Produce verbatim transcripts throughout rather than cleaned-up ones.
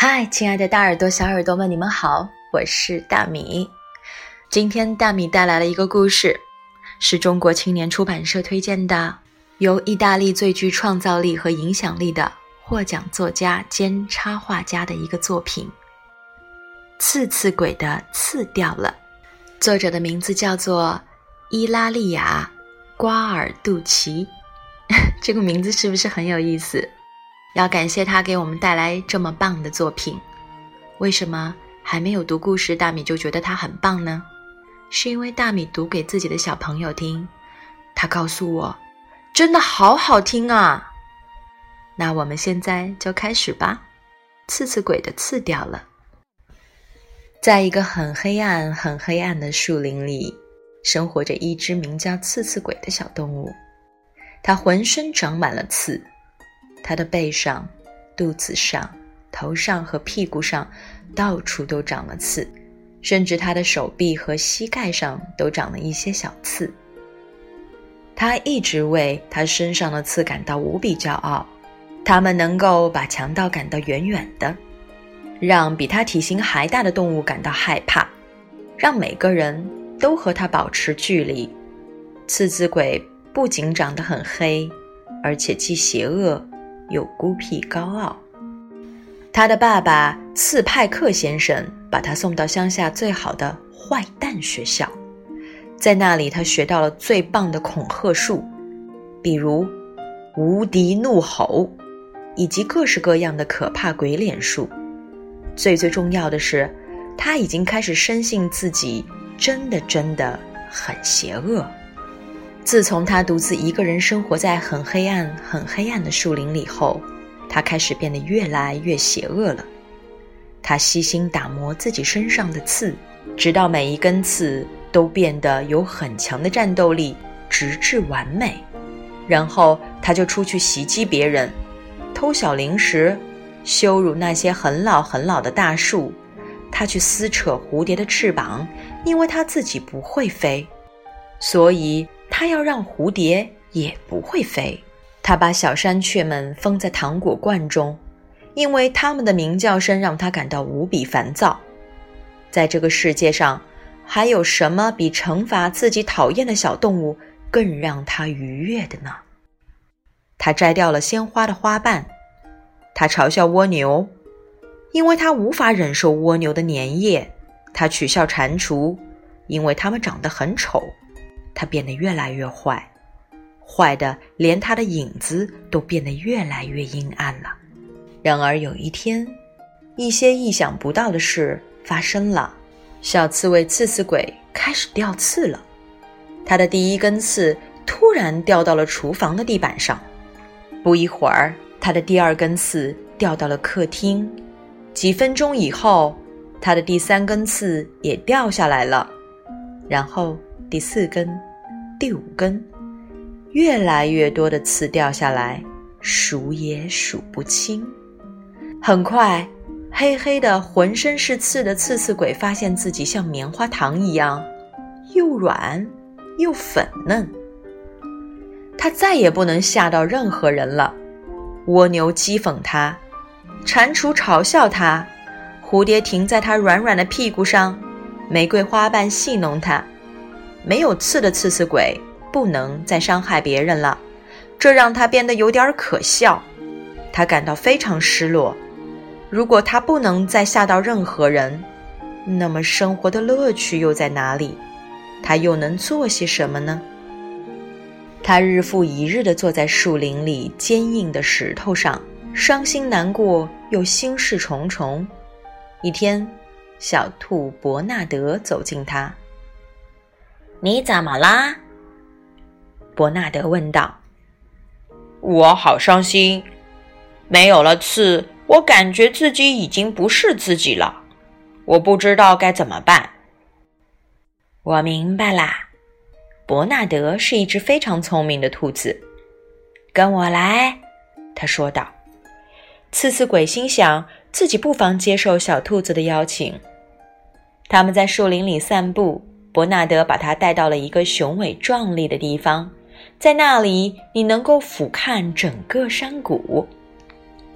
嗨，亲爱的大耳朵小耳朵们，你们好，我是大米。今天大米带来了一个故事，是中国青年出版社推荐的，由意大利最具创造力和影响力的获奖作家兼插画家的一个作品。刺刺鬼的刺掉了，作者的名字叫做伊拉利亚·瓜尔杜奇。这个名字是不是很有意思？要感谢他给我们带来这么棒的作品。为什么还没有读故事大米就觉得他很棒呢？是因为大米读给自己的小朋友听，他告诉我真的好好听啊。那我们现在就开始吧。刺刺鬼的刺掉了。在一个很黑暗很黑暗的树林里，生活着一只名叫刺刺鬼的小动物。它浑身长满了刺，它的背上、肚子上、头上和屁股上到处都长了刺，甚至它的手臂和膝盖上都长了一些小刺。它一直为它身上的刺感到无比骄傲，它们能够把强盗赶到远远的，让比它体型还大的动物感到害怕，让每个人都和它保持距离。刺刺鬼不仅长得很黑，而且既邪恶又孤僻高傲。他的爸爸刺派克先生把他送到乡下最好的坏蛋学校，在那里他学到了最棒的恐吓术，比如无敌怒吼，以及各式各样的可怕鬼脸术。最最重要的是，他已经开始深信自己真的真的很邪恶。自从他独自一个人生活在很黑暗很黑暗的树林里后，他开始变得越来越邪恶了。他悉心打磨自己身上的刺，直到每一根刺都变得有很强的战斗力，直至完美。然后他就出去袭击别人，偷小零食，羞辱那些很老很老的大树。他去撕扯蝴蝶的翅膀，因为他自己不会飞，所以他要让蝴蝶也不会飞。他把小山雀们封在糖果罐中，因为它们的鸣叫声让他感到无比烦躁。在这个世界上，还有什么比惩罚自己讨厌的小动物更让他愉悦的呢？他摘掉了鲜花的花瓣，他嘲笑蜗牛，因为他无法忍受蜗牛的粘液。他取笑蟾蜍，因为它们长得很丑。他变得越来越坏，坏的连他的影子都变得越来越阴暗了。然而有一天，一些意想不到的事发生了。小刺猬刺刺鬼开始掉刺了。他的第一根刺突然掉到了厨房的地板上，不一会儿，他的第二根刺掉到了客厅，几分钟以后，他的第三根刺也掉下来了，然后第四根、第五根，越来越多的刺掉下来，数也数不清。很快，黑黑的浑身是刺的刺刺鬼发现自己像棉花糖一样，又软又粉嫩。他再也不能吓到任何人了。蜗牛讥讽他，蟾蜍嘲笑他，蝴蝶停在他软软的屁股上，玫瑰花瓣戏弄他。没有刺的刺刺鬼不能再伤害别人了，这让他变得有点可笑。他感到非常失落。如果他不能再吓到任何人，那么生活的乐趣又在哪里？他又能做些什么呢？他日复一日地坐在树林里坚硬的石头上，伤心难过又心事重重。一天，小兔伯纳德走近他。你怎么啦？伯纳德问道。 我好伤心，没有了刺，我感觉自己已经不是自己了，我不知道该怎么办。 我明白啦，伯纳德是一只非常聪明的兔子。跟我来，他说道。刺刺鬼心想，自己不妨接受小兔子的邀请。他们在树林里散步，伯纳德把他带到了一个雄伟壮丽的地方，在那里你能够俯瞰整个山谷。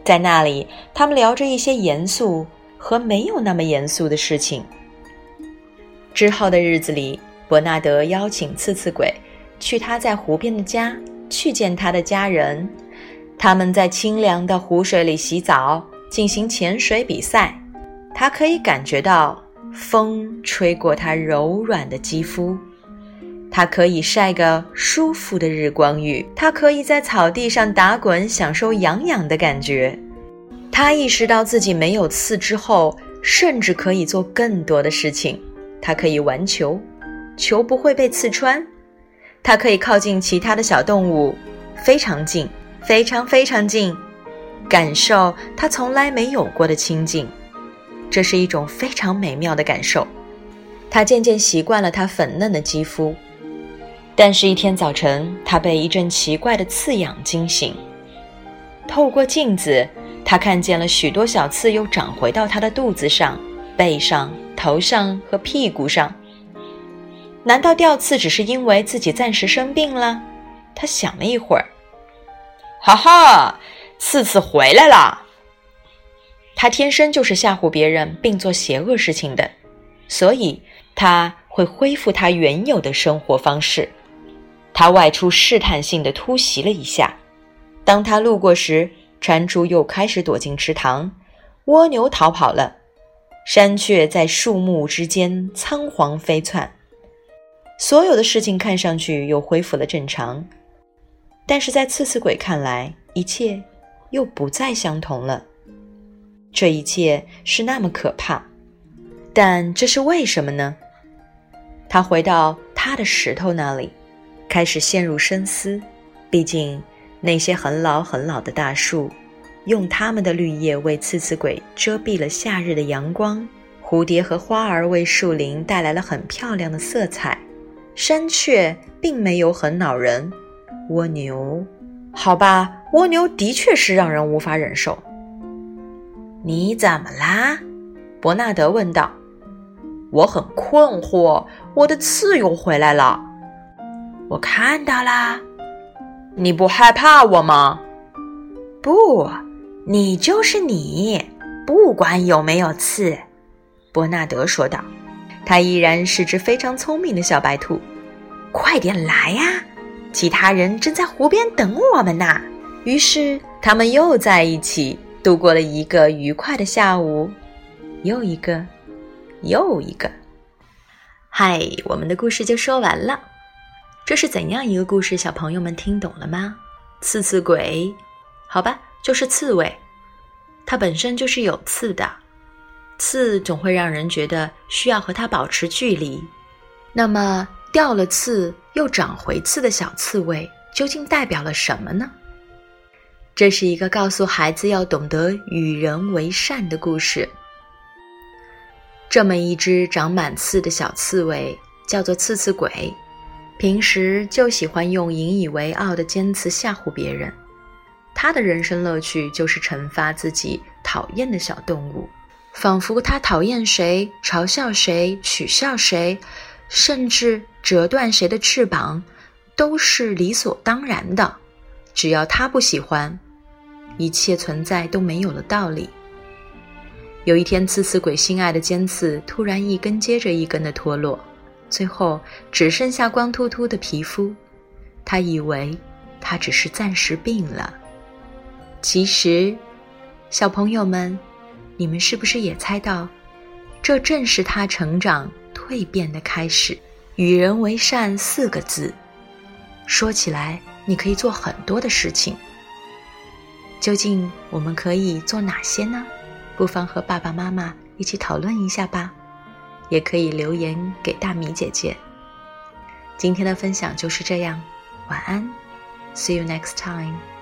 在那里，他们聊着一些严肃和没有那么严肃的事情。之后的日子里，伯纳德邀请刺刺鬼去他在湖边的家，去见他的家人。他们在清凉的湖水里洗澡，进行潜水比赛。他可以感觉到风吹过他柔软的肌肤，他可以晒个舒服的日光浴，他可以在草地上打滚，享受痒痒的感觉。他意识到自己没有刺之后，甚至可以做更多的事情。他可以玩球，球不会被刺穿。他可以靠近其他的小动物，非常近，非常非常近，感受他从来没有过的亲近。这是一种非常美妙的感受。他渐渐习惯了他粉嫩的肌肤。但是一天早晨，他被一阵奇怪的刺痒惊醒。透过镜子，他看见了许多小刺又长回到他的肚子上、背上、头上和屁股上。难道掉刺只是因为自己暂时生病了？他想了一会儿，哈哈，刺刺回来了。他天生就是吓唬别人并做邪恶事情的，所以他会恢复他原有的生活方式。他外出试探性地突袭了一下，当他路过时，蟾蜍又开始躲进池塘，蜗牛逃跑了，山雀在树木之间仓皇飞窜。所有的事情看上去又恢复了正常，但是在刺刺鬼看来，一切又不再相同了。这一切是那么可怕，但这是为什么呢？他回到他的石头那里，开始陷入深思。毕竟那些很老很老的大树，用它们的绿叶为刺刺鬼遮蔽了夏日的阳光，蝴蝶和花儿为树林带来了很漂亮的色彩。山雀并没有很恼人，蜗牛，好吧，蜗牛的确是让人无法忍受。你怎么啦？伯纳德问道。我很困惑，我的刺又回来了。我看到啦。你不害怕我吗？不，你就是你，不管有没有刺，伯纳德说道。他依然是只非常聪明的小白兔。快点来呀，其他人正在湖边等我们呢。于是他们又在一起度过了一个愉快的下午，又一个又一个。嗨，我们的故事就说完了。这是怎样一个故事？小朋友们听懂了吗？刺刺鬼，好吧，就是刺猬，它本身就是有刺的，刺总会让人觉得需要和它保持距离。那么掉了刺又长回刺的小刺猬究竟代表了什么呢？这是一个告诉孩子要懂得与人为善的故事。这么一只长满刺的小刺猬叫做刺刺鬼，平时就喜欢用引以为傲的尖刺吓唬别人。他的人生乐趣就是惩罚自己讨厌的小动物，仿佛他讨厌谁、嘲笑谁、取笑谁，甚至折断谁的翅膀，都是理所当然的。只要他不喜欢，一切存在都没有了道理。有一天，刺刺鬼心爱的尖刺突然一根接着一根的脱落，最后只剩下光秃秃的皮肤。他以为他只是暂时病了，其实小朋友们，你们是不是也猜到，这正是他成长蜕变的开始？与人为善四个字，说起来你可以做很多的事情。究竟我们可以做哪些呢？不妨和爸爸妈妈一起讨论一下吧，也可以留言给大米姐姐。今天的分享就是这样，晚安 ，See you next time。